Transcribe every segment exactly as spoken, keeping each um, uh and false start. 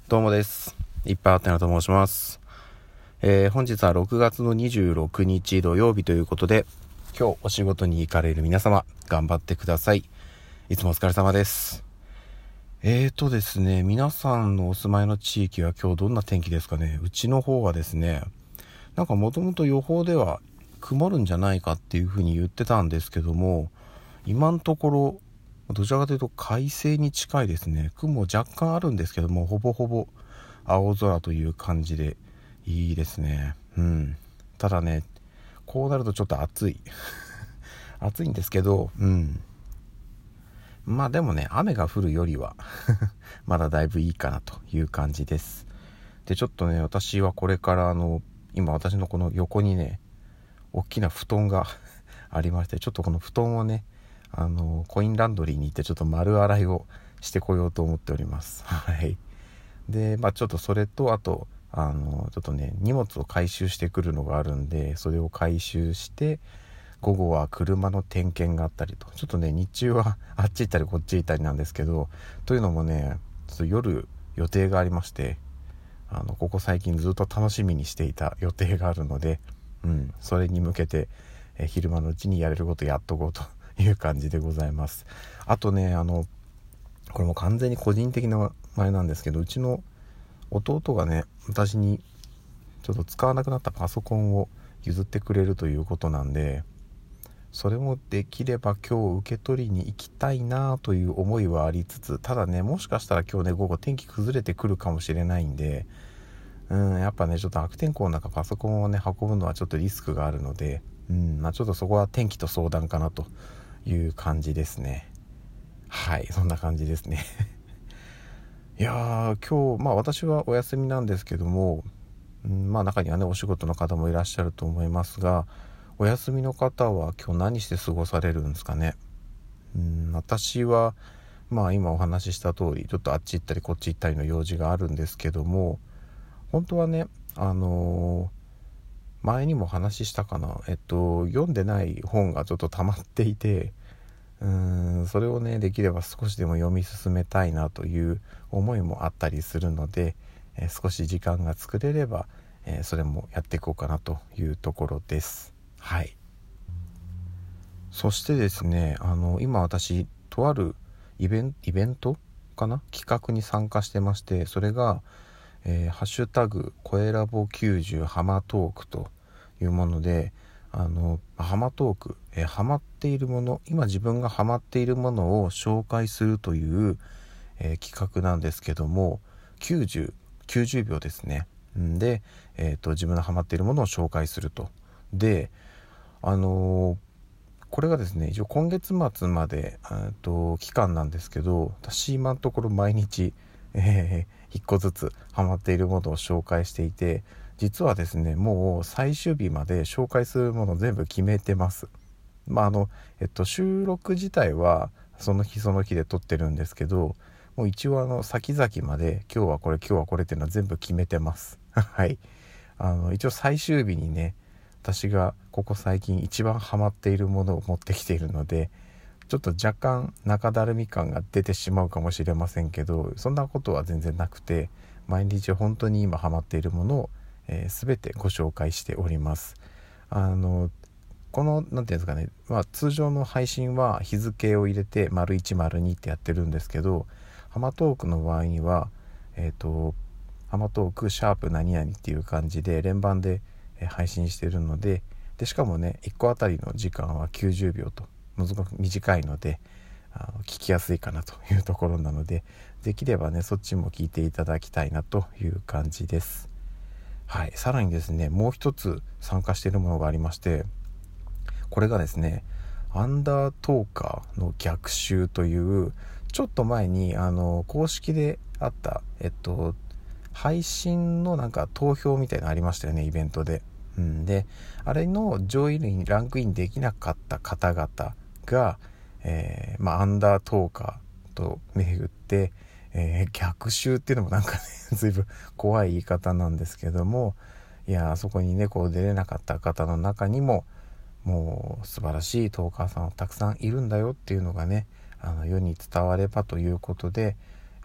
どうもです。いっぱいあってなと申します。えー、本日はろくがつのにじゅうろくにち土曜日ということで、今日お仕事に行かれる皆様、頑張ってください。いつもお疲れ様です。えーとですね、皆さんのお住まいの地域は今日どんな天気ですかね。うちの方はですね、なんかもともと予報では曇るんじゃないかっていうふうに言ってたんですけども、今のところどちらかというと快晴に近いですね。雲若干あるんですけども、ほぼほぼ青空という感じでいいですね。うん。ただね、こうなるとちょっと暑い暑いんですけど、うん。まあでもね、雨が降るよりはまだだいぶいいかなという感じです。で、ちょっとね、私はこれからあの今私のこの横にね、大きな布団がありまして、ちょっとこの布団をね、あのコインランドリーに行ってちょっと丸洗いをしてこようと思っております。はい。で、まあちょっとそれとあとあのちょっとね荷物を回収してくるのがあるんで、それを回収して午後は車の点検があったりと、ちょっとね日中はあっち行ったりこっち行ったりなんですけど、というのもねちょっと夜予定がありまして、あのここ最近ずっと楽しみにしていた予定があるので、うん、それに向けてえ昼間のうちにやれることやっとこうという感じでございます。あとね、あのこれも完全に個人的な前なんですけど、うちの弟がね、私にちょっと使わなくなったパソコンを譲ってくれるということなんで、それもできれば今日受け取りに行きたいなという思いはありつつ、ただね、もしかしたら今日ね午後天気崩れてくるかもしれないんで、うんやっぱねちょっと悪天候の中パソコンをね運ぶのはちょっとリスクがあるので、うんまあちょっとそこは天気と相談かなという感じですね。はい、そんな感じですねいやー、今日まあ私はお休みなんですけども、うん、まあ中にはねお仕事の方もいらっしゃると思いますが、お休みの方は今日何して過ごされるんですかね。うん、私はまあ今お話しした通りちょっとあっち行ったりこっち行ったりの用事があるんですけども、本当はねあのー前にも話したかな、えっと読んでない本がちょっと溜まっていて、うーんそれをねできれば少しでも読み進めたいなという思いもあったりするので、えー少し時間が作れれば、えーそれもやっていこうかなというところです。はい。そしてですね、あの今私とあるイベンイベントかな企画に参加してまして、それが、えーハッシュタグ声ラボきゅうじゅうハマトークというもので、あのハマトーク、えーハマっているもの、今自分がハマっているものを紹介するという、えー企画なんですけども、きゅうじゅう、きゅうじゅうびょうですね。んで、えーと、自分のハマっているものを紹介すると。で、あのーこれがですね、一応今月末までえーと期間なんですけど、私今のところ毎日、えー、一個ずつハマっているものを紹介していて、実はですねもう最終日まで紹介するもの全部決めてます。まああのえっと収録自体はその日その日で撮ってるんですけど、もう一応あの先々まで今日はこれ今日はこれっていうのは全部決めてますはい。あの一応最終日にね、私がここ最近一番ハマっているものを持ってきているので、ちょっと若干中だるみ感が出てしまうかもしれませんけど、そんなことは全然なくて、毎日本当に今ハマっているものを、えー、全てご紹介しております。あのこのなんていうんですかね、まあ、通常の配信は日付を入れて丸いち丸にってやってるんですけど、ハマトークの場合にはえっとハマトークシャープ何々っていう感じで連番で配信しているので、でしかもねいっこあたりの時間はきゅうじゅうびょうと短いので、あの聞きやすいかなというところなので、できればねそっちも聞いていただきたいなという感じです。はい。さらにですね、もう一つ参加しているものがありまして、これがですねアンダートーカーの逆襲という、ちょっと前にあの公式であったえっと配信のなんか投票みたいなのありましたよね、イベントで。うん、であれの上位にランクインできなかった方々が、えー、まあアンダートーカーと銘打って、えー、逆襲っていうのもなんかね随分怖い言い方なんですけども、いやそこにねこう出れなかった方の中にももう素晴らしいトーカーさんはたくさんいるんだよっていうのがね、あの世に伝わればということで、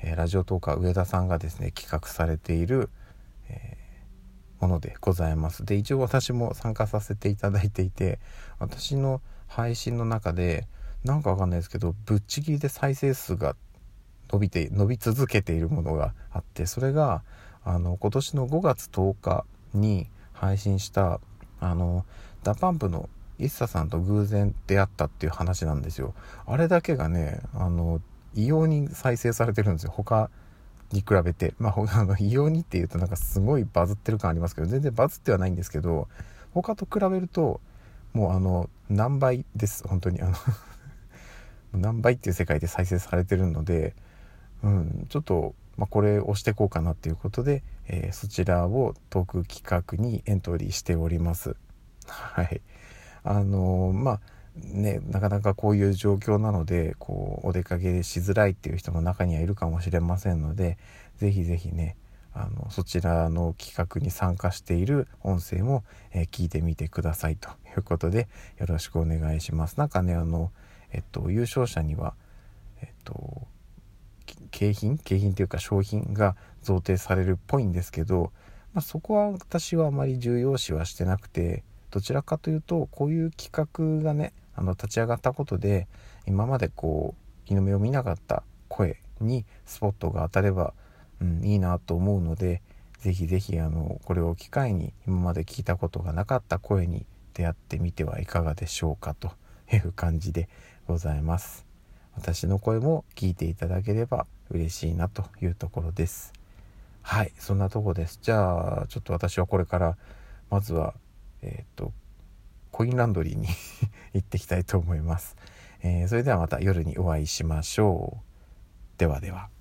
えー、ラジオトーカー上田さんがですね企画されている、えー、ものでございます。で一応私も参加させていただいていて、私の配信の中でなんかわかんないですけどぶっちぎりで再生数が伸びて伸び続けているものがあって、それがあの今年のごがつとおかに配信したあのダパンプのＩＳＳＡさんと偶然出会ったっていう話なんですよ。あれだけがねあの異様に再生されてるんですよ、他に比べて。まああの異様にっていうとなんかすごいバズってる感ありますけど、全然バズってはないんですけど、他と比べるともうあの何倍です本当に。あの何倍っていう世界で再生されてるので、うん、ちょっと、まあ、これ押していこうかなっていうことで、えー、そちらをトーク企画にエントリーしております。はい。あのー、まあね、なかなかこういう状況なのでこうお出かけしづらいっていう人も中にはいるかもしれませんので、ぜひぜひねあのそちらの企画に参加している音声も、えー、聞いてみてくださいということでよろしくお願いします。なんかねあの、えっと、優勝者にはえっと景品景品というか商品が贈呈されるっぽいんですけど、まあ、そこは私はあまり重要視はしてなくて、どちらかというとこういう企画がねあの立ち上がったことで今までこう日の目を見なかった声にスポットが当たれば、うん、いいなと思うので、ぜひぜひあのこれを機会に今まで聞いたことがなかった声に出会ってみてはいかがでしょうかという感じでございます。私の声も聞いていただければ嬉しいなというところです。はい、そんなとこです。じゃあちょっと私はこれからまずはえっとコインランドリーに行ってきたいと思います。えー、それではまた夜にお会いしましょう。ではでは。